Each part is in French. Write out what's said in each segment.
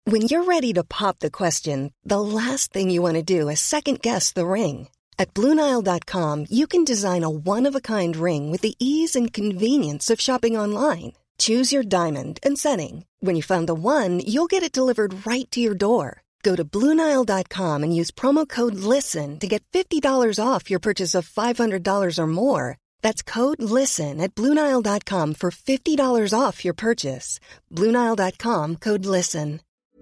When you're ready to pop the question, the last thing you want to do is second-guess the ring. At BlueNile.com, you can design a one-of-a-kind ring with the ease and convenience of shopping online. Choose your diamond and setting. When you find the one, you'll get it delivered right to your door. Go to BlueNile.com and use promo code LISTEN to get $50 off your purchase of $500 or more. That's code LISTEN at BlueNile.com for $50 off your purchase. BlueNile.com, code LISTEN.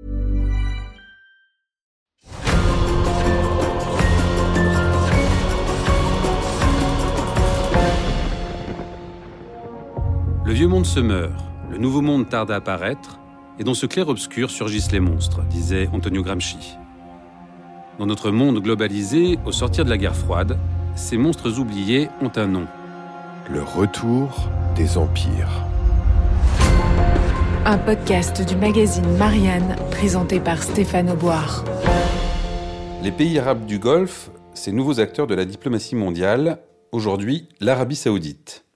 Le vieux monde se meurt, le nouveau monde tarde à apparaître, et dans ce clair-obscur surgissent les monstres, disait Antonio Gramsci. Dans notre monde globalisé, au sortir de la guerre froide, ces monstres oubliés ont un nom. Le retour des empires. Un podcast du magazine Marianne, présenté par Stéphane Auboire. Les pays arabes du Golfe, ces nouveaux acteurs de la diplomatie mondiale, aujourd'hui l'Arabie Saoudite.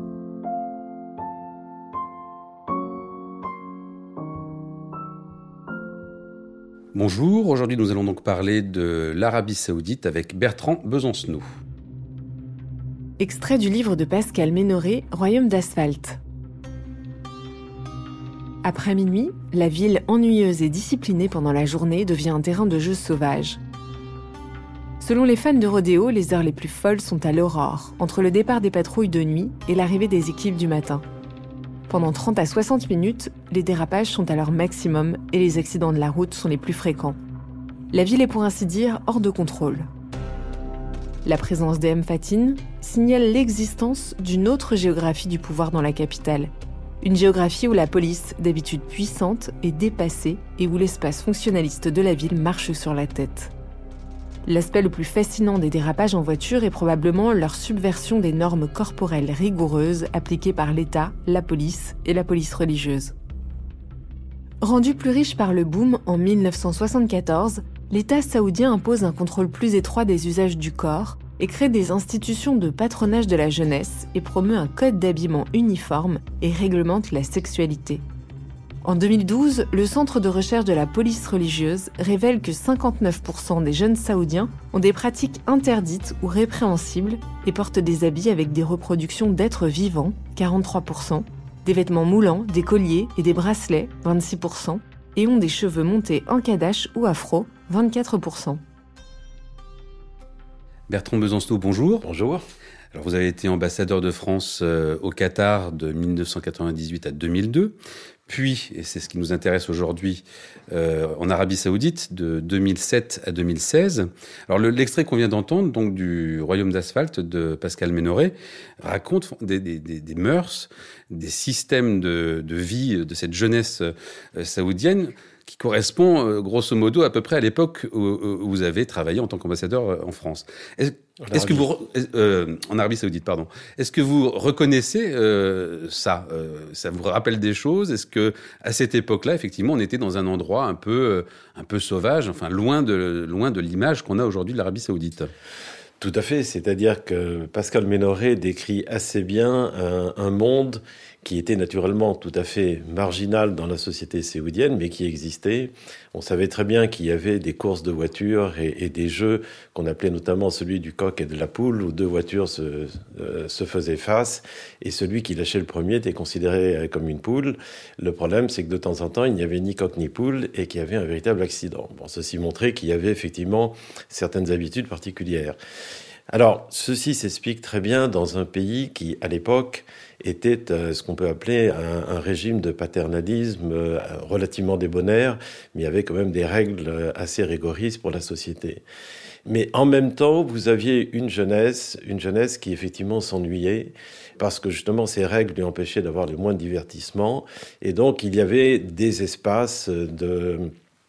Bonjour, aujourd'hui nous allons donc parler de l'Arabie Saoudite avec Bertrand Besancenot. Extrait du livre de Pascal Ménoré, Royaume d'asphalte. Après minuit, la ville ennuyeuse et disciplinée pendant la journée devient un terrain de jeu sauvage. Selon les fans de rodéo, les heures les plus folles sont à l'aurore, entre le départ des patrouilles de nuit et l'arrivée des équipes du matin. Pendant 30 à 60 minutes, les dérapages sont à leur maximum et les accidents de la route sont les plus fréquents. La ville est pour ainsi dire hors de contrôle. La présence des M-Fatines signale l'existence d'une autre géographie du pouvoir dans la capitale. Une géographie où la police, d'habitude puissante, est dépassée et où l'espace fonctionnaliste de la ville marche sur la tête. L'aspect le plus fascinant des dérapages en voiture est probablement leur subversion des normes corporelles rigoureuses appliquées par l'État, la police et la police religieuse. Rendu plus riche par le boom en 1974, l'État saoudien impose un contrôle plus étroit des usages du corps et crée des institutions de patronage de la jeunesse et promeut un code d'habillement uniforme et réglemente la sexualité. En 2012, le Centre de recherche de la police religieuse révèle que 59% des jeunes saoudiens ont des pratiques interdites ou répréhensibles et portent des habits avec des reproductions d'êtres vivants, 43%, des vêtements moulants, des colliers et des bracelets, 26%, et ont des cheveux montés en kadash ou afro, 24%. Bertrand Besancenot, bonjour. Bonjour. Alors vous avez été ambassadeur de France au Qatar de 1998 à 2002. Puis, et c'est ce qui nous intéresse aujourd'hui, en Arabie Saoudite, de 2007 à 2016. Alors, l'extrait qu'on vient d'entendre, donc du Royaume d'asphalte de Pascal Ménoré, raconte des mœurs, des systèmes de vie de cette jeunesse saoudienne qui correspond, grosso modo, à peu près à l'époque où vous avez travaillé en tant qu'ambassadeur en France. Est-ce que vous, en Arabie Saoudite, pardon. Est-ce que vous reconnaissez ça vous rappelle des choses? Est-ce que à cette époque-là, effectivement, on était dans un endroit un peu sauvage, enfin loin de l'image qu'on a aujourd'hui de l'Arabie Saoudite? Tout à fait, c'est-à-dire que Pascal Ménoré décrit assez bien un monde qui était naturellement tout à fait marginal dans la société saoudienne, mais qui existait. On savait très bien qu'il y avait des courses de voitures et des jeux qu'on appelait notamment celui du coq et de la poule, où deux voitures se faisaient face, et celui qui lâchait le premier était considéré comme une poule. Le problème, c'est que de temps en temps, il n'y avait ni coq ni poule, et qu'il y avait un véritable accident. Bon, ceci montrait qu'il y avait effectivement certaines habitudes particulières. Alors, ceci s'explique très bien dans un pays qui, à l'époque, était ce qu'on peut appeler un régime de paternalisme relativement débonnaire, mais il y avait quand même des règles assez rigoristes pour la société. Mais en même temps, vous aviez une jeunesse qui effectivement s'ennuyait, parce que justement ces règles lui empêchaient d'avoir le moins de divertissement, et donc il y avait des espaces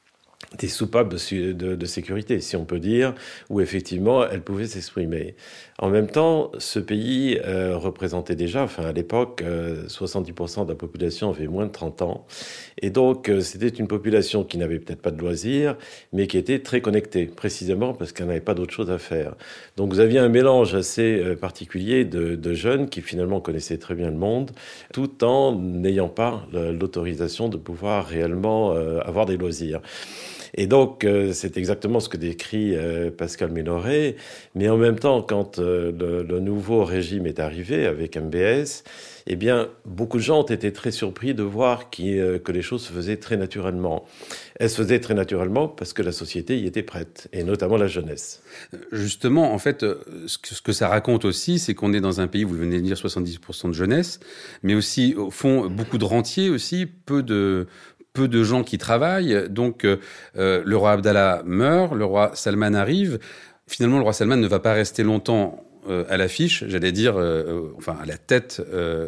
des soupapes de sécurité, si on peut dire, où effectivement elle pouvait s'exprimer. En même temps, ce pays représentait déjà, à l'époque, 70% de la population avait moins de 30 ans. Et donc, c'était une population qui n'avait peut-être pas de loisirs, mais qui était très connectée, précisément parce qu'elle n'avait pas d'autre chose à faire. Donc, vous aviez un mélange assez particulier de jeunes qui finalement connaissaient très bien le monde, tout en n'ayant pas l'autorisation de pouvoir réellement avoir des loisirs. Et donc, c'est exactement ce que décrit Pascal Ménoré. Mais en même temps, quand le nouveau régime est arrivé avec MBS, eh bien, beaucoup de gens ont été très surpris de voir que les choses se faisaient très naturellement. Elles se faisaient très naturellement parce que la société y était prête, et notamment la jeunesse. Justement, en fait, ce que ça raconte aussi, c'est qu'on est dans un pays, vous venez de dire 70% de jeunesse, mais aussi, au fond, beaucoup de rentiers aussi, peu de gens qui travaillent. Donc, le roi Abdallah meurt, le roi Salman arrive. Finalement, le roi Salman ne va pas rester longtemps à l'affiche, j'allais dire, à la tête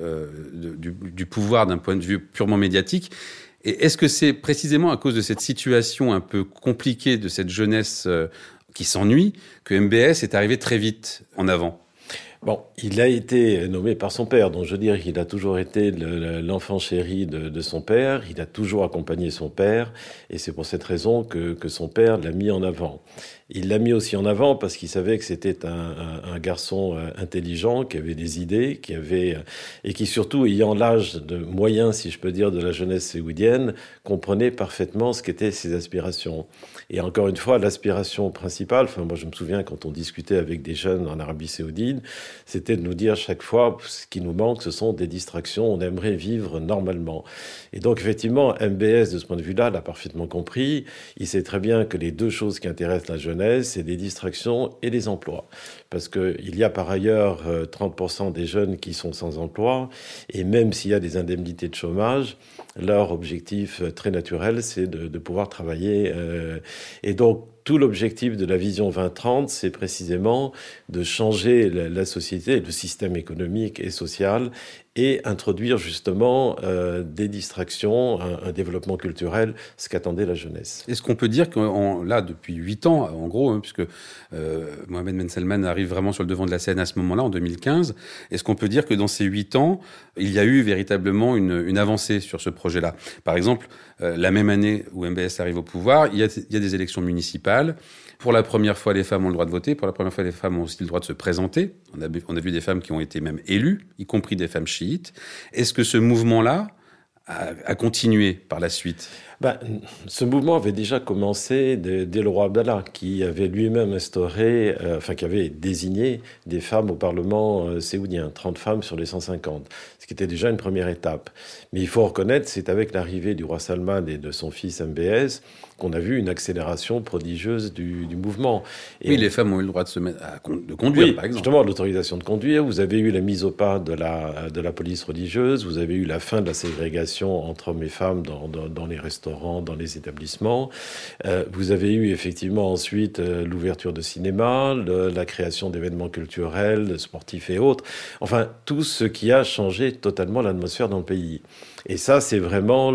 du pouvoir d'un point de vue purement médiatique. Et est-ce que c'est précisément à cause de cette situation un peu compliquée de cette jeunesse qui s'ennuie que MBS est arrivé très vite en avant ? Bon, il a été nommé par son père, donc je veux dire qu'il a toujours été l'enfant chéri de son père, il a toujours accompagné son père, et c'est pour cette raison que son père l'a mis en avant. Il l'a mis aussi en avant parce qu'il savait que c'était un garçon intelligent, qui avait des idées, et qui surtout, ayant l'âge de moyen, si je peux dire, de la jeunesse séoudienne, comprenait parfaitement ce qu'étaient ses aspirations. Et encore une fois, l'aspiration principale, moi je me souviens quand on discutait avec des jeunes en Arabie Saoudite, c'était de nous dire chaque fois, ce qui nous manque, ce sont des distractions, on aimerait vivre normalement. Et donc effectivement, MBS, de ce point de vue-là, l'a parfaitement compris. Il sait très bien que les deux choses qui intéressent la jeunesse, c'est des distractions et des emplois. Parce qu'il y a par ailleurs 30% des jeunes qui sont sans emploi, et même s'il y a des indemnités de chômage, leur objectif très naturel, c'est de pouvoir travailler. Et donc, tout l'objectif de la vision 2030, c'est précisément de changer la société, le système économique et social, et introduire justement des distractions, un développement culturel, ce qu'attendait la jeunesse. Est-ce qu'on peut dire que là, depuis 8 ans, en gros, puisque Mohamed Ben Salman arrive vraiment sur le devant de la scène à ce moment-là, en 2015, est-ce qu'on peut dire que dans ces 8 ans, il y a eu véritablement une avancée sur ce projet-là ? Par exemple, la même année où MBS arrive au pouvoir, il y a des élections municipales. Pour la première fois, les femmes ont le droit de voter. Pour la première fois, les femmes ont aussi le droit de se présenter. On a vu des femmes qui ont été même élues, y compris des femmes chiites. Est-ce que ce mouvement-là a continué par la suite ? Ce mouvement avait déjà commencé dès le roi Abdallah, qui avait lui-même instauré, qui avait désigné des femmes au Parlement séoudien, 30 femmes sur les 150, ce qui était déjà une première étape. Mais il faut reconnaître, c'est avec l'arrivée du roi Salman et de son fils MBS qu'on a vu une accélération prodigieuse du mouvement. Et les femmes ont eu le droit de conduire, par exemple. Justement, l'autorisation de conduire. Vous avez eu la mise au pas de la police religieuse. Vous avez eu la fin de la ségrégation entre hommes et femmes dans les restaurants, dans les établissements. Vous avez eu effectivement ensuite l'ouverture de cinéma, la création d'événements culturels, sportifs et autres. Enfin, tout ce qui a changé totalement l'atmosphère dans le pays. Et ça, c'est vraiment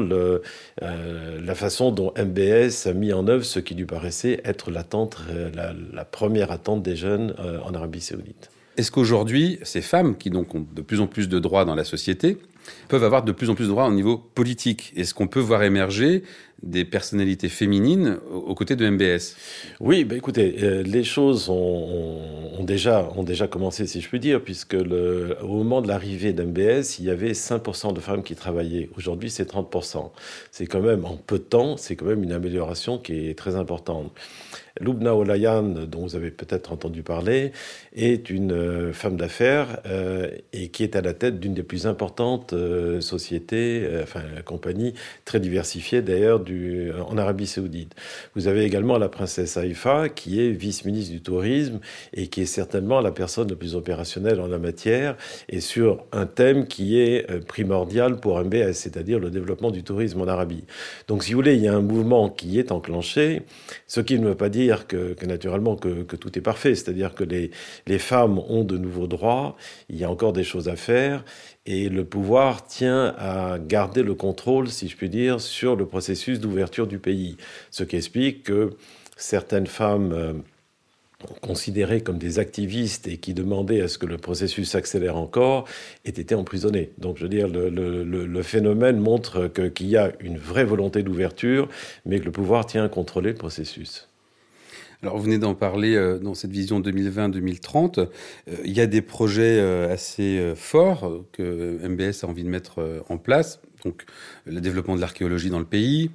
la façon dont MBS a mis en œuvre ce qui lui paraissait être la première attente des jeunes en Arabie Saoudite. Est-ce qu'aujourd'hui, ces femmes, qui donc ont de plus en plus de droits dans la société, peuvent avoir de plus en plus de droits au niveau politique ? Est-ce qu'on peut voir émerger des personnalités féminines aux côtés de MBS ? Oui, écoutez, les choses ont déjà commencé, si je puis dire, puisque au moment de l'arrivée d'MBS, il y avait 5% de femmes qui travaillaient. Aujourd'hui, c'est 30%. C'est quand même, en peu de temps, c'est quand même une amélioration qui est très importante. Lubna Olayan, dont vous avez peut-être entendu parler, est une femme d'affaires et qui est à la tête d'une des plus importantes sociétés, compagnies très diversifiées d'ailleurs en Arabie Saoudite. Vous avez également la princesse Haïfa, qui est vice-ministre du tourisme et qui est certainement la personne la plus opérationnelle en la matière et sur un thème qui est primordial pour MBS, c'est-à-dire le développement du tourisme en Arabie. Donc si vous voulez, il y a un mouvement qui est enclenché, ce qui ne veut pas dire dire que naturellement que tout est parfait, c'est-à-dire que les femmes ont de nouveaux droits, il y a encore des choses à faire, et le pouvoir tient à garder le contrôle, si je puis dire, sur le processus d'ouverture du pays. Ce qui explique que certaines femmes considérées comme des activistes et qui demandaient à ce que le processus s'accélère encore, aient été emprisonnées. Donc, je veux dire, le phénomène montre qu'il y a une vraie volonté d'ouverture, mais que le pouvoir tient à contrôler le processus. Alors, vous venez d'en parler dans cette vision 2020-2030. Il y a des projets assez forts que MBS a envie de mettre en place. Donc, le développement de l'archéologie dans le pays,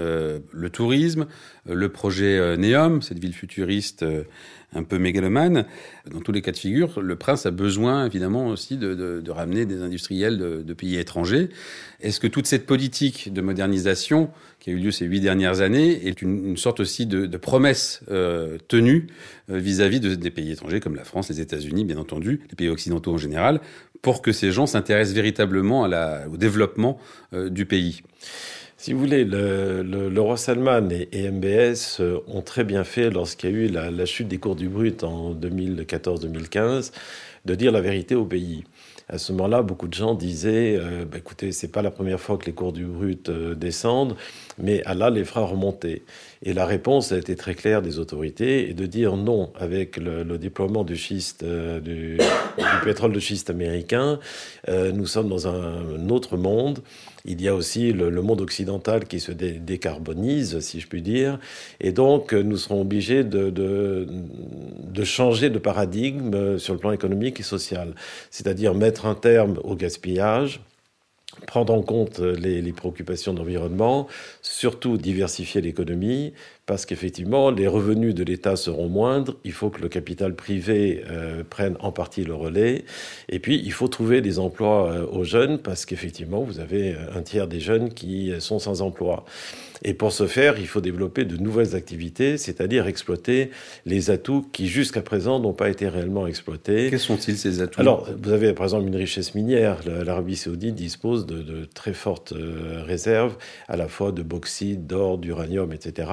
le tourisme, le projet NEOM, cette ville futuriste un peu mégalomane. Dans tous les cas de figure, le prince a besoin, évidemment, aussi de ramener des industriels de pays étrangers. Est-ce que toute cette politique de modernisation qui a eu lieu ces 8 dernières années est une sorte aussi de promesse tenue vis-à-vis des pays étrangers comme la France, les États-Unis, bien entendu, les pays occidentaux en général, pour que ces gens s'intéressent véritablement au développement du pays? Si vous voulez, le roi Salman et MBS ont très bien fait, lorsqu'il y a eu la chute des cours du brut en 2014-2015, de dire la vérité au pays. À ce moment-là, beaucoup de gens disaient écoutez, c'est pas la première fois que les cours du brut descendent, mais Allah les fera remonter. Et la réponse a été très claire des autorités, et de dire non, avec le déploiement du schiste, du pétrole de schiste américain, nous sommes dans un autre monde. Il y a aussi le monde occidental qui se décarbonise, si je puis dire. Et donc, nous serons obligés de changer de paradigme sur le plan économique et social. C'est-à-dire mettre un terme au gaspillage, prendre en compte les préoccupations d'environnement, surtout diversifier l'économie, parce qu'effectivement, les revenus de l'État seront moindres. Il faut que le capital privé prenne en partie le relais. Et puis, il faut trouver des emplois aux jeunes, parce qu'effectivement, vous avez un tiers des jeunes qui sont sans emploi. Et pour ce faire, il faut développer de nouvelles activités, c'est-à-dire exploiter les atouts qui, jusqu'à présent, n'ont pas été réellement exploités. Quels sont-ils, ces atouts? Alors, vous avez, par exemple, une richesse minière. L'Arabie saoudite dispose de très fortes réserves, à la fois de bauxite, d'or, d'uranium, etc.,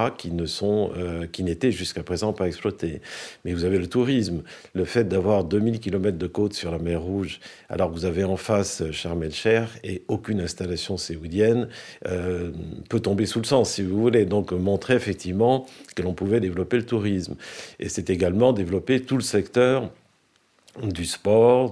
qui n'étaient jusqu'à présent pas exploitées. Mais vous avez le tourisme. Le fait d'avoir 2000 km de côte sur la mer Rouge, alors que vous avez en face Sharm el-Sheikh, et aucune installation saoudienne peut tomber sous le sens, si vous voulez. Donc, montrer effectivement que l'on pouvait développer le tourisme. Et c'est également développer tout le secteur du sport,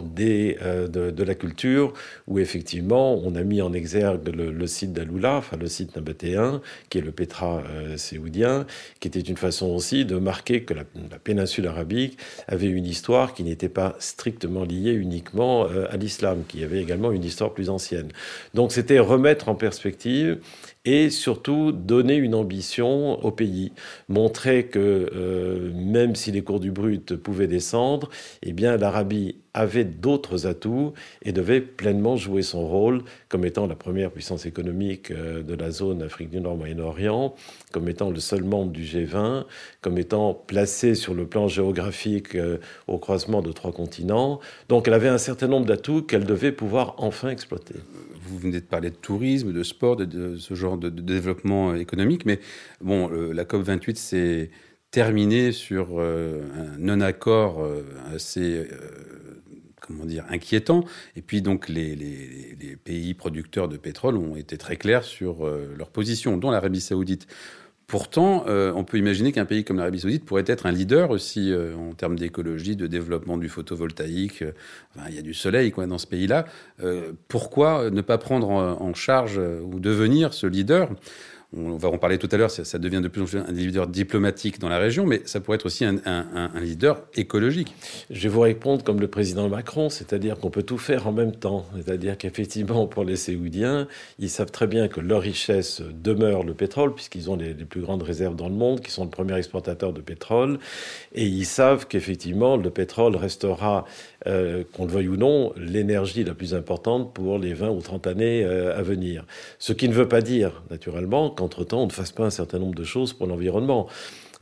de la culture, où effectivement on a mis en exergue le site d'Aloula, enfin le site nabatéen, qui est le Petra séoudien, qui était une façon aussi de marquer que la péninsule arabique avait une histoire qui n'était pas strictement liée uniquement à l'islam, qui avait également une histoire plus ancienne. Donc c'était remettre en perspective et surtout donner une ambition au pays, montrer que même si les cours du brut pouvaient descendre, eh bien l'Arabie avait d'autres atouts et devait pleinement jouer son rôle comme étant la première puissance économique de la zone Afrique du Nord, Moyen-Orient, comme étant le seul membre du G20, comme étant placé sur le plan géographique au croisement de 3 continents. Donc elle avait un certain nombre d'atouts qu'elle devait pouvoir enfin exploiter. Vous venez de parler de tourisme, de sport, de ce genre de développement économique, mais bon, la COP28 s'est terminée sur un non-accord assez inquiétant. Et puis donc les pays producteurs de pétrole ont été très clairs sur leur position, dont l'Arabie saoudite. Pourtant, on peut imaginer qu'un pays comme l'Arabie saoudite pourrait être un leader aussi en termes d'écologie, de développement du photovoltaïque. Il y a du soleil dans ce pays-là. Pourquoi ne pas prendre en charge ou devenir ce leader ? On va en parler tout à l'heure, ça devient de plus en plus un leader diplomatique dans la région, mais ça pourrait être aussi un leader écologique. Je vais vous répondre comme le président Macron, c'est-à-dire qu'on peut tout faire en même temps. C'est-à-dire qu'effectivement, pour les Séoudiens, ils savent très bien que leur richesse demeure le pétrole, puisqu'ils ont les plus grandes réserves dans le monde, qui sont le premier exportateur de pétrole, et ils savent qu'effectivement, le pétrole restera, qu'on le veuille ou non, l'énergie la plus importante pour les 20 ou 30 années à venir. Ce qui ne veut pas dire, naturellement, qu'entre-temps, on ne fasse pas un certain nombre de choses pour l'environnement.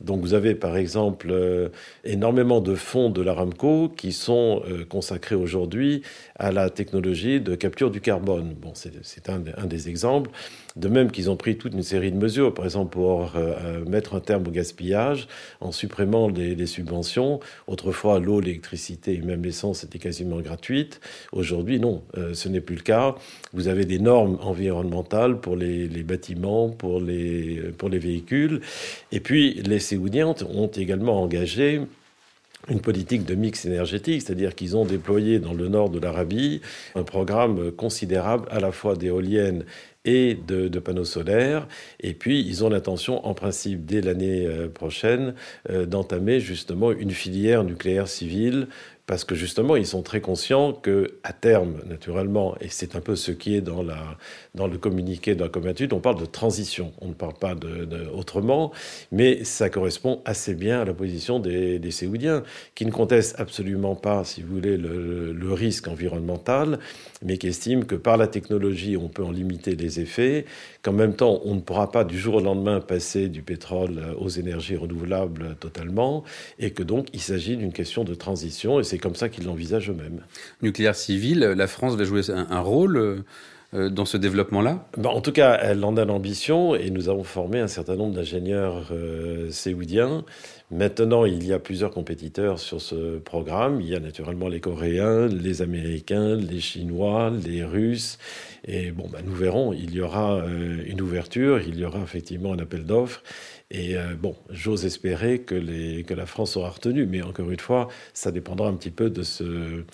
Donc vous avez par exemple énormément de fonds de l'Aramco qui sont consacrés aujourd'hui à la technologie de capture du carbone. Bon, c'est un des exemples. De même qu'ils ont pris toute une série de mesures, par exemple pour mettre un terme au gaspillage en supprimant les subventions. Autrefois, l'eau, l'électricité et même l'essence étaient quasiment gratuites. Aujourd'hui, non, ce n'est plus le cas. Vous avez des normes environnementales pour les bâtiments, pour les véhicules. Et puis, les Séoudiens ont également engagé une politique de mix énergétique, c'est-à-dire qu'ils ont déployé dans le nord de l'Arabie un programme considérable à la fois d'éoliennes et de panneaux solaires. Et puis, ils ont l'intention, en principe, dès l'année prochaine, d'entamer justement une filière nucléaire civile, parce que justement, ils sont très conscients qu'à terme, naturellement, et c'est un peu ce qui est dans le communiqué de la Comatud, on parle de transition. On ne parle pas autrement, mais ça correspond assez bien à la position des Séoudiens, qui ne contestent absolument pas, si vous voulez, le risque environnemental, mais qui estiment que par la technologie, on peut en limiter les effets, qu'en même temps, on ne pourra pas du jour au lendemain passer du pétrole aux énergies renouvelables totalement, et que donc, il s'agit d'une question de transition, et c'est comme ça qu'ils l'envisagent eux-mêmes. Nucléaire civil, la France va jouer un rôle dans ce développement-là ? En tout cas, elle en a l'ambition et nous avons formé un certain nombre d'ingénieurs séoudiens. Maintenant, il y a plusieurs compétiteurs sur ce programme. Il y a naturellement les Coréens, les Américains, les Chinois, les Russes. Et nous verrons, il y aura une ouverture, il y aura effectivement un appel d'offres. Et j'ose espérer que la France sera retenue. Mais encore une fois, ça dépendra un petit peu de ce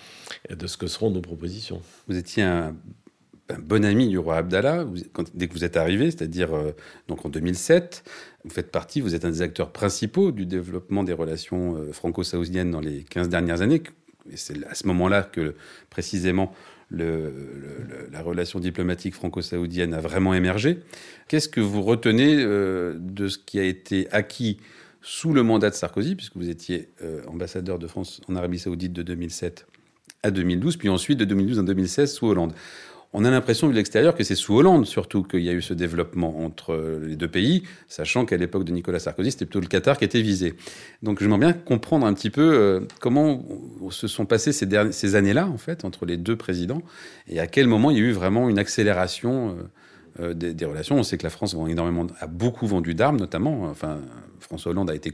que seront nos propositions. Vous étiez un bon ami du roi Abdallah dès que vous êtes arrivé, c'est-à-dire donc en 2007. Vous êtes un des acteurs principaux du développement des relations franco-saoudiennes dans les 15 dernières années. Et c'est à ce moment-là que, précisément, la relation diplomatique franco-saoudienne a vraiment émergé. Qu'est-ce que vous retenez de ce qui a été acquis sous le mandat de Sarkozy, puisque vous étiez ambassadeur de France en Arabie Saoudite de 2007 à 2012, puis ensuite de 2012 à 2016 sous Hollande? On a l'impression, vu de l'extérieur, que c'est sous Hollande, surtout, qu'il y a eu ce développement entre les deux pays, sachant qu'à l'époque de Nicolas Sarkozy, c'était plutôt le Qatar qui était visé. Donc, j'aimerais bien comprendre un petit peu comment se sont passées ces années-là, en fait, entre les deux présidents, et à quel moment il y a eu vraiment une accélération des relations. On sait que la France a beaucoup vendu d'armes, notamment. Enfin, François Hollande a été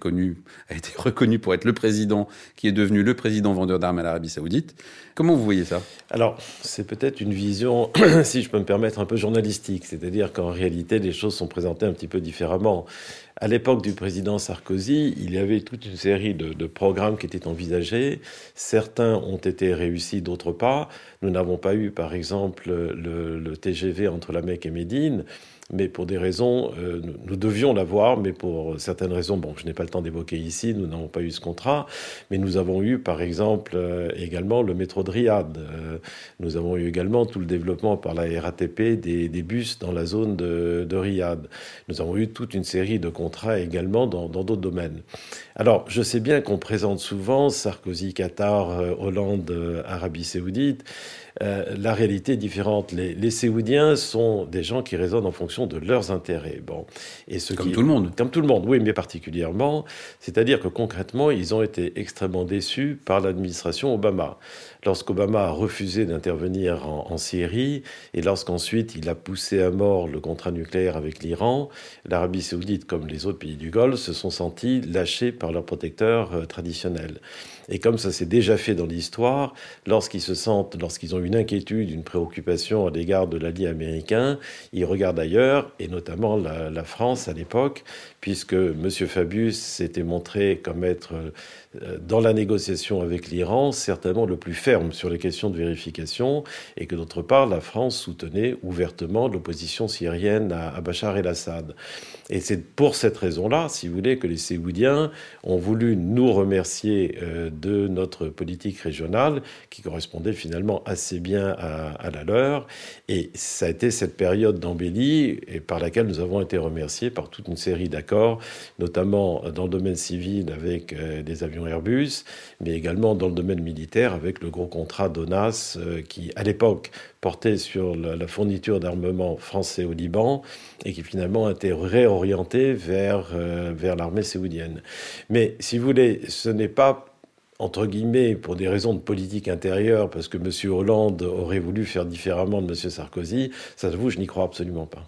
reconnu pour être le président qui est devenu le président vendeur d'armes à l'Arabie Saoudite. Comment vous voyez ça ? Alors, c'est peut-être une vision, si je peux me permettre, un peu journalistique. C'est-à-dire qu'en réalité, les choses sont présentées un petit peu différemment. À l'époque du président Sarkozy, il y avait toute une série de programmes qui étaient envisagés. Certains ont été réussis, d'autres pas. Nous n'avons pas eu, par exemple, le TGV entre la Mecque et Médine. Mais pour des raisons, nous devions l'avoir, mais pour certaines raisons, je n'ai pas le temps d'évoquer ici, nous n'avons pas eu ce contrat. Mais nous avons eu, par exemple, également le métro de Riyad. Nous avons eu également tout le développement par la RATP des bus dans la zone de Riyad. Nous avons eu toute une série de contrats également dans d'autres domaines. Alors, je sais bien qu'on présente souvent Sarkozy, Qatar, Hollande, Arabie Saoudite. La réalité est différente. Les Séoudiens sont des gens qui raisonnent en fonction de leurs intérêts. Comme tout le monde. Comme tout le monde, oui, mais particulièrement. C'est-à-dire que concrètement, ils ont été extrêmement déçus par l'administration Obama. Lorsqu'Obama a refusé d'intervenir en Syrie et lorsqu'ensuite il a poussé à mort le contrat nucléaire avec l'Iran, l'Arabie Saoudite, comme les autres pays du Golfe, se sont sentis lâchés par leurs protecteurs traditionnels. Et comme ça s'est déjà fait dans l'histoire, lorsqu'ils ont une inquiétude, une préoccupation à l'égard de l'allié américain, ils regardent ailleurs, et notamment la France à l'époque, puisque M. Fabius s'était montré comme être, dans la négociation avec l'Iran, certainement le plus ferme sur les questions de vérification, et que d'autre part, la France soutenait ouvertement l'opposition syrienne à Bachar el-Assad. Et c'est pour cette raison-là, si vous voulez, que les Séoudiens ont voulu nous remercier de notre politique régionale, qui correspondait finalement assez assez bien à la leur. Et ça a été cette période d'embellie et par laquelle nous avons été remerciés par toute une série d'accords, notamment dans le domaine civil avec des avions Airbus, mais également dans le domaine militaire avec le gros contrat d'ONAS qui, à l'époque, portait sur la fourniture d'armement français au Liban et qui finalement a été réorienté vers l'armée saoudienne. Mais si vous voulez, ce n'est pas, entre guillemets, pour des raisons de politique intérieure, parce que M. Hollande aurait voulu faire différemment de M. Sarkozy, ça j'avoue, je n'y crois absolument pas.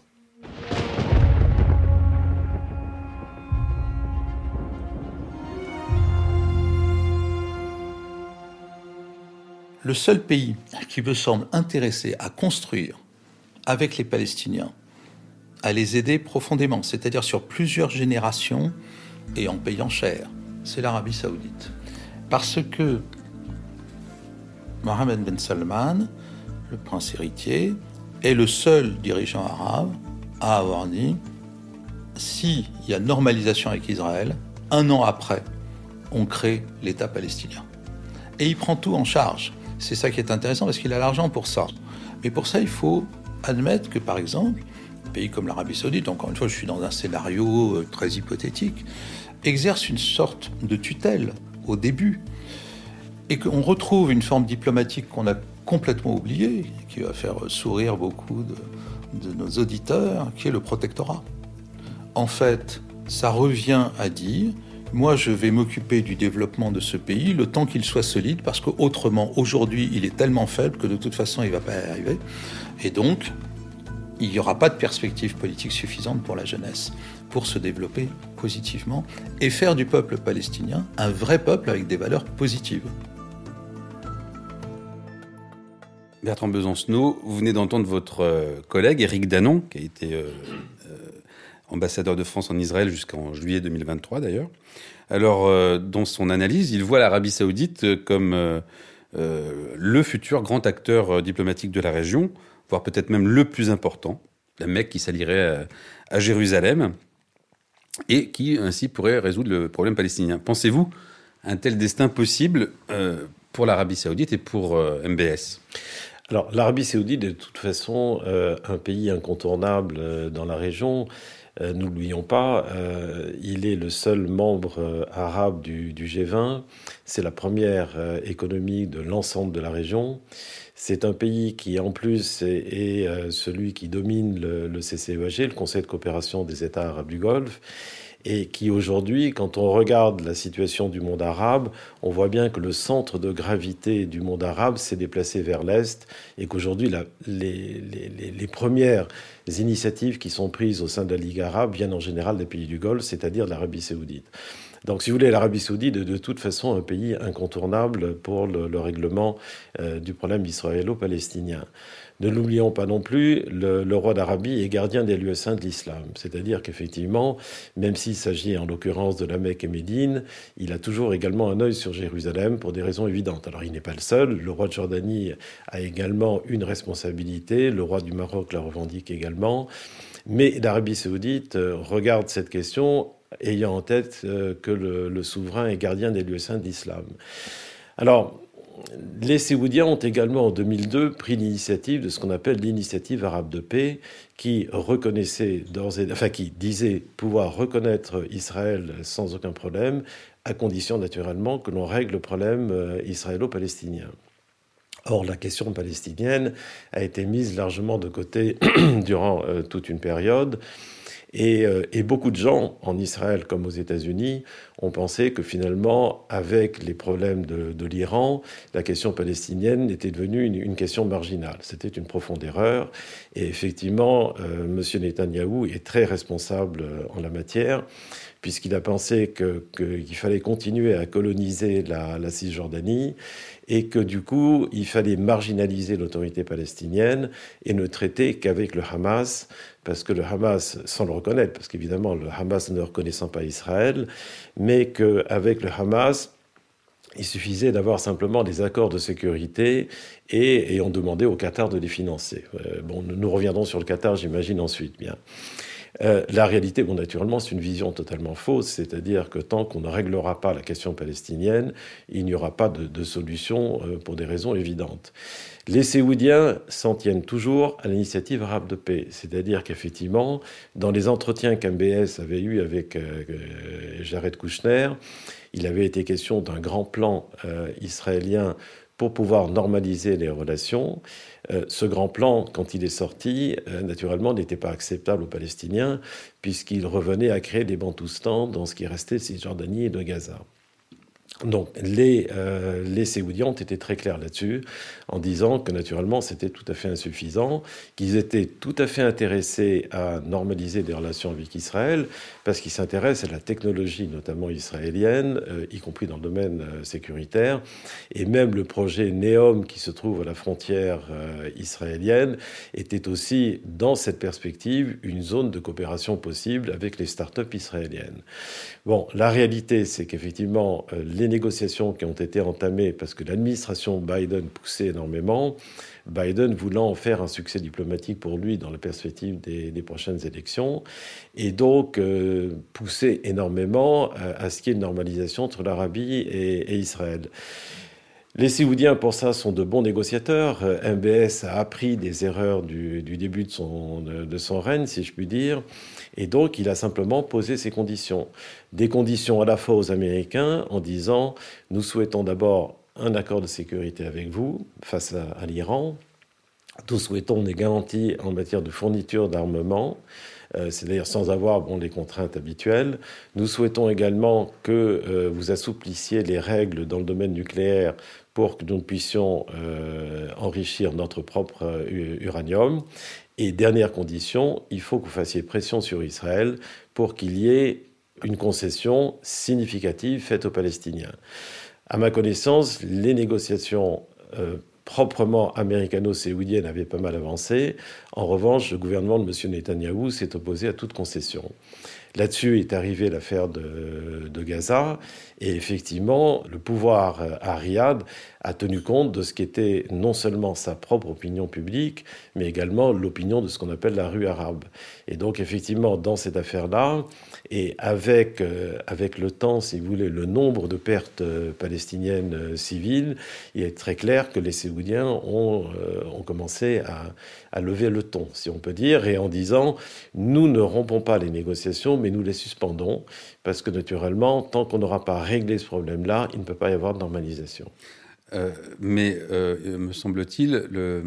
Le seul pays qui me semble intéressé à construire avec les Palestiniens, à les aider profondément, c'est-à-dire sur plusieurs générations et en payant cher, c'est l'Arabie Saoudite. Parce que Mohammed Ben Salman, le prince héritier, est le seul dirigeant arabe à avoir dit s'il y a normalisation avec Israël, 1 an après, on crée l'État palestinien. Et il prend tout en charge. C'est ça qui est intéressant parce qu'il a l'argent pour ça. Mais pour ça, il faut admettre que, par exemple, un pays comme l'Arabie Saoudite, encore une fois, je suis dans un scénario très hypothétique, exerce une sorte de tutelle au début et qu'on retrouve une forme diplomatique qu'on a complètement oubliée, qui va faire sourire beaucoup de nos auditeurs, qui est le protectorat. En fait, ça revient à dire moi, je vais m'occuper du développement de ce pays le temps qu'il soit solide, parce qu'autrement, aujourd'hui, il est tellement faible que de toute façon, il ne va pas y arriver. Et donc, il n'y aura pas de perspective politique suffisante pour la jeunesse, pour se développer positivement et faire du peuple palestinien un vrai peuple avec des valeurs positives. Bertrand Besancenot, vous venez d'entendre votre collègue Éric Danon, qui a été ambassadeur de France en Israël jusqu'en juillet 2023 d'ailleurs. Alors, dans son analyse, il voit l'Arabie Saoudite comme le futur grand acteur diplomatique de la région, voire peut-être même le plus important, la Mecque qui s'allierait à Jérusalem et qui ainsi pourrait résoudre le problème palestinien. Pensez-vous à un tel destin possible pour l'Arabie Saoudite et pour MBS ? Alors, l'Arabie Saoudite est de toute façon un pays incontournable dans la région. N'oublions pas, il est le seul membre arabe du G20. C'est la première économie de l'ensemble de la région. C'est un pays qui, en plus, est celui qui domine le CCEAG, le Conseil de coopération des États arabes du Golfe, et qui aujourd'hui, quand on regarde la situation du monde arabe, on voit bien que le centre de gravité du monde arabe s'est déplacé vers l'Est et qu'aujourd'hui, les premières initiatives qui sont prises au sein de la Ligue arabe viennent en général des pays du Golfe, c'est-à-dire de l'Arabie saoudite. Donc, si vous voulez, l'Arabie saoudite est de toute façon un pays incontournable pour le règlement du problème israélo-palestinien. Ne l'oublions pas non plus, le roi d'Arabie est gardien des lieux saints de l'islam. C'est-à-dire qu'effectivement, même s'il s'agit en l'occurrence de la Mecque et Médine, il a toujours également un œil sur Jérusalem pour des raisons évidentes. Alors il n'est pas le seul, le roi de Jordanie a également une responsabilité, le roi du Maroc la revendique également, mais l'Arabie saoudite regarde cette question ayant en tête que le souverain est gardien des lieux saints de l'islam. Alors, les Saoudiens ont également, en 2002, pris l'initiative de ce qu'on appelle l'initiative arabe de paix, qui reconnaissait qui disait pouvoir reconnaître Israël sans aucun problème, à condition naturellement que l'on règle le problème israélo-palestinien. Or, la question palestinienne a été mise largement de côté durant toute une période. Et beaucoup de gens, en Israël comme aux États-Unis, ont pensé que finalement, avec les problèmes de l'Iran, la question palestinienne était devenue une question marginale. C'était une profonde erreur. Et effectivement, M. Netanyahou est très responsable en la matière, puisqu'il a pensé qu'il fallait continuer à coloniser la Cisjordanie et que du coup, il fallait marginaliser l'autorité palestinienne et ne traiter qu'avec le Hamas, parce que le Hamas, sans le reconnaître, parce qu'évidemment, le Hamas ne reconnaissant pas Israël, mais qu'avec le Hamas, il suffisait d'avoir simplement des accords de sécurité et on demandait au Qatar de les financer. Nous reviendrons sur le Qatar, j'imagine, ensuite. Bien. La réalité, naturellement, c'est une vision totalement fausse, c'est-à-dire que tant qu'on ne réglera pas la question palestinienne, il n'y aura pas de solution pour des raisons évidentes. Les Séoudiens s'en tiennent toujours à l'initiative arabe de paix, c'est-à-dire qu'effectivement, dans les entretiens qu'MBS avait eus avec Jared Kushner, il avait été question d'un grand plan israélien pour pouvoir normaliser les relations. Ce grand plan, quand il est sorti, naturellement, n'était pas acceptable aux Palestiniens, puisqu'il revenait à créer des Bantoustans dans ce qui restait de Cisjordanie et de Gaza. Donc les Séoudiens ont été très clairs là-dessus, en disant que naturellement c'était tout à fait insuffisant, qu'ils étaient tout à fait intéressés à normaliser des relations avec Israël, parce qu'ils s'intéressent à la technologie, notamment israélienne, y compris dans le domaine sécuritaire, et même le projet NEOM qui se trouve à la frontière israélienne était aussi, dans cette perspective, une zone de coopération possible avec les start-up israéliennes. Bon, la réalité, c'est qu'effectivement, les négociations qui ont été entamées, parce que l'administration Biden poussait énormément, Biden voulant en faire un succès diplomatique pour lui dans la perspective des prochaines élections, et donc poussait énormément à ce qu'il y ait une normalisation entre l'Arabie et Israël. Les Séoudiens, pour ça, sont de bons négociateurs. MBS a appris des erreurs du début de son règne, si je puis dire. Et donc, il a simplement posé ses conditions. Des conditions à la fois aux Américains, en disant « Nous souhaitons d'abord un accord de sécurité avec vous face à l'Iran. Nous souhaitons des garanties en matière de fourniture d'armement. » C'est-à-dire sans avoir les contraintes habituelles. Nous souhaitons également que vous assouplissiez les règles dans le domaine nucléaire pour que nous puissions enrichir notre propre uranium. Et dernière condition, il faut que vous fassiez pression sur Israël pour qu'il y ait une concession significative faite aux Palestiniens. À ma connaissance, les négociations proprement américano-séoudienne avait pas mal avancé. En revanche, le gouvernement de M. Netanyahou s'est opposé à toute concession. Là-dessus est arrivée l'affaire de Gaza, et effectivement, le pouvoir à Riyad a tenu compte de ce qu'était non seulement sa propre opinion publique, mais également l'opinion de ce qu'on appelle la rue arabe. Et donc, effectivement, dans cette affaire-là, et avec le temps, si vous voulez, le nombre de pertes palestiniennes civiles, il est très clair que les Séoudiens ont commencé à lever le ton, si on peut dire, et en disant « nous ne rompons pas les négociations, mais nous les suspendons, parce que naturellement, tant qu'on n'aura pas réglé ce problème-là, il ne peut pas y avoir de normalisation ». Mais me semble-t-il,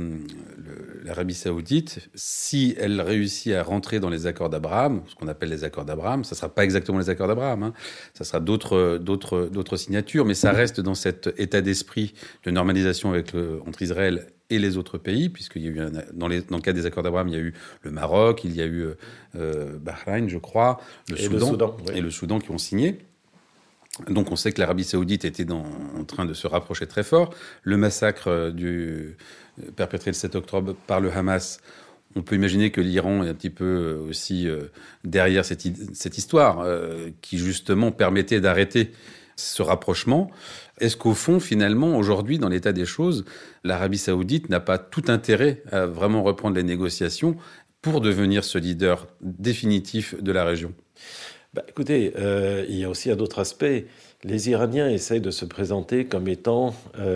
l'Arabie Saoudite, si elle réussit à rentrer dans les accords d'Abraham, ce qu'on appelle les accords d'Abraham, ça ne sera pas exactement les accords d'Abraham, hein, ça sera d'autres signatures, mais ça reste dans cet état d'esprit de normalisation entre Israël et les autres pays, puisqu'il y a eu dans le cadre des accords d'Abraham, il y a eu le Maroc, il y a eu Bahreïn, je crois, le Soudan qui ont signé. Donc on sait que l'Arabie Saoudite était en train de se rapprocher très fort. Le massacre perpétré le 7 octobre par le Hamas, on peut imaginer que l'Iran est un petit peu aussi derrière cette histoire qui justement permettait d'arrêter ce rapprochement. Est-ce qu'au fond, finalement, aujourd'hui, dans l'état des choses, l'Arabie Saoudite n'a pas tout intérêt à vraiment reprendre les négociations pour devenir ce leader définitif de la région ? Écoutez, il y a aussi un autre aspect. Les Iraniens essayent de se présenter comme étant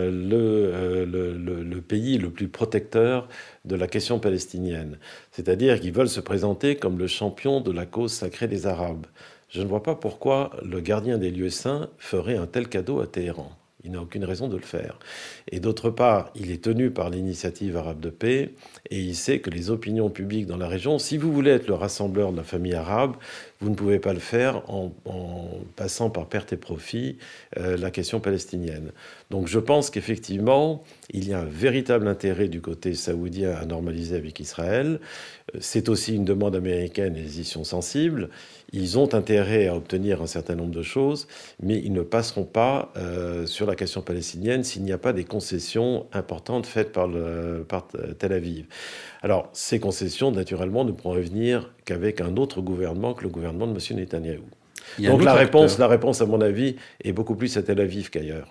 le pays le plus protecteur de la question palestinienne. C'est-à-dire qu'ils veulent se présenter comme le champion de la cause sacrée des Arabes. Je ne vois pas pourquoi le gardien des lieux saints ferait un tel cadeau à Téhéran. Il n'a aucune raison de le faire. Et d'autre part, il est tenu par l'initiative arabe de paix et il sait que les opinions publiques dans la région, si vous voulez être le rassembleur de la famille arabe, vous ne pouvez pas le faire en passant par perte et profit la question palestinienne. Donc je pense qu'effectivement, il y a un véritable intérêt du côté saoudien à normaliser avec Israël. C'est aussi une demande américaine et ils y sont sensibles. Ils ont intérêt à obtenir un certain nombre de choses, mais ils ne passeront pas sur la question palestinienne s'il n'y a pas des concessions importantes faites par Tel Aviv. Alors, ces concessions, naturellement, ne pourront venir qu'avec un autre gouvernement que le gouvernement de M. Netanyahou. Donc la réponse, à mon avis, est beaucoup plus à Tel Aviv qu'ailleurs.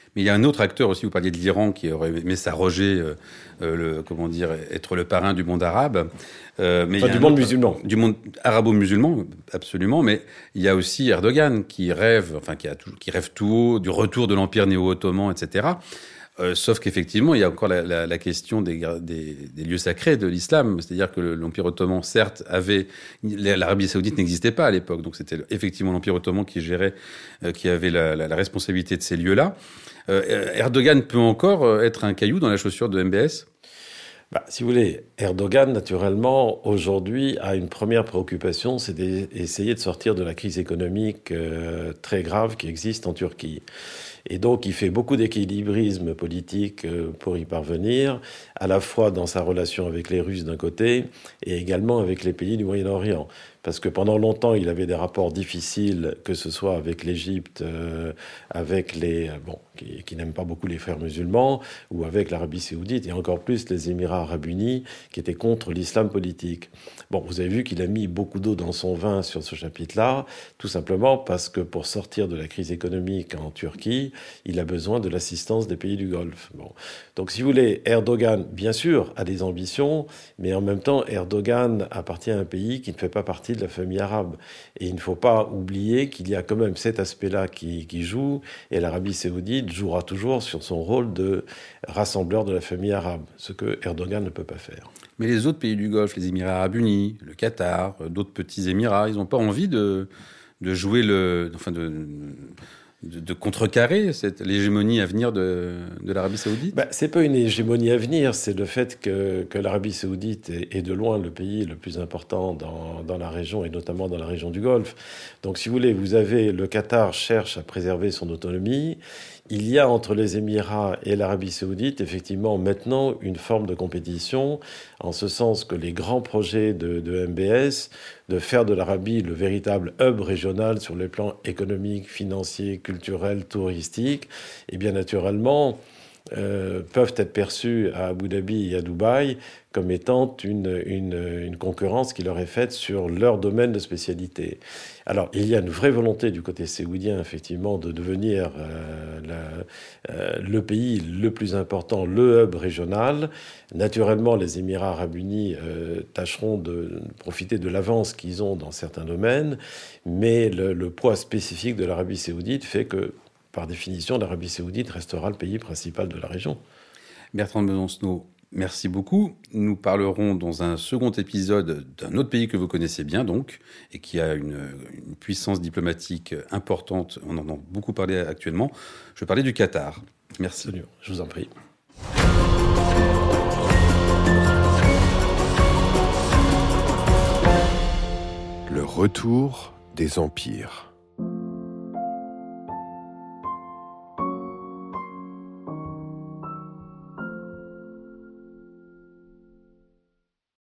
Mais il y a un autre acteur aussi, vous parliez de l'Iran, qui aurait aimé s'arroger, être le parrain du monde arabe. Du monde musulman. Du monde arabo-musulman, absolument. Mais il y a aussi Erdogan qui rêve tout haut du retour de l'empire néo-ottoman, etc. Sauf qu'effectivement, il y a encore la question des lieux sacrés de l'islam. C'est-à-dire que l'Empire ottoman, certes, l'Arabie saoudite n'existait pas à l'époque. Donc c'était effectivement l'Empire ottoman qui gérait, qui avait la responsabilité de ces lieux-là. Erdogan peut encore être un caillou dans la chaussure de MBS ? Si vous voulez, Erdogan, naturellement, aujourd'hui, a une première préoccupation, c'est d'essayer de sortir de la crise économique très grave qui existe en Turquie. Et donc, il fait beaucoup d'équilibrisme politique pour y parvenir, à la fois dans sa relation avec les Russes d'un côté et également avec les pays du Moyen-Orient. Parce que pendant longtemps, il avait des rapports difficiles, que ce soit avec l'Égypte, avec qui n'aiment pas beaucoup les frères musulmans, ou avec l'Arabie saoudite, et encore plus les Émirats arabes unis, qui étaient contre l'islam politique. Vous avez vu qu'il a mis beaucoup d'eau dans son vin sur ce chapitre-là, tout simplement parce que pour sortir de la crise économique en Turquie, il a besoin de l'assistance des pays du Golfe. Donc, si vous voulez, Erdogan, bien sûr, a des ambitions, mais en même temps, Erdogan appartient à un pays qui ne fait pas partie de la famille arabe. Et il ne faut pas oublier qu'il y a quand même cet aspect-là qui joue, et l'Arabie saoudite jouera toujours sur son rôle de rassembleur de la famille arabe, ce que Erdogan ne peut pas faire. Mais les autres pays du Golfe, les Émirats arabes unis, le Qatar, d'autres petits Émirats, ils n'ont pas envie de jouer de contrecarrer l'hégémonie à venir de l'Arabie saoudite ? C'est pas une hégémonie à venir, c'est le fait que l'Arabie saoudite est de loin le pays le plus important dans la région, et notamment dans la région du Golfe. Donc, si vous voulez, le Qatar cherche à préserver son autonomie. Il y a entre les Émirats et l'Arabie saoudite, effectivement, maintenant, une forme de compétition, en ce sens que les grands projets de MBS, de faire de l'Arabie le véritable hub régional sur les plans économiques, financiers, culturels, touristiques, et bien naturellement, peuvent être perçus à Abu Dhabi et à Dubaï comme étant une concurrence qui leur est faite sur leur domaine de spécialité. Alors, il y a une vraie volonté du côté saoudien, effectivement, de devenir le pays le plus important, le hub régional. Naturellement, les Émirats arabes unis tâcheront de profiter de l'avance qu'ils ont dans certains domaines, mais le poids spécifique de l'Arabie saoudite fait que, par définition, l'Arabie saoudite restera le pays principal de la région. Bertrand de Besancenot, merci beaucoup. Nous parlerons dans un second épisode d'un autre pays que vous connaissez bien, donc, et qui a une puissance diplomatique importante. On en a beaucoup parlé actuellement. Je vais parler du Qatar. Merci. Absolument. Je vous en prie. Le retour des empires.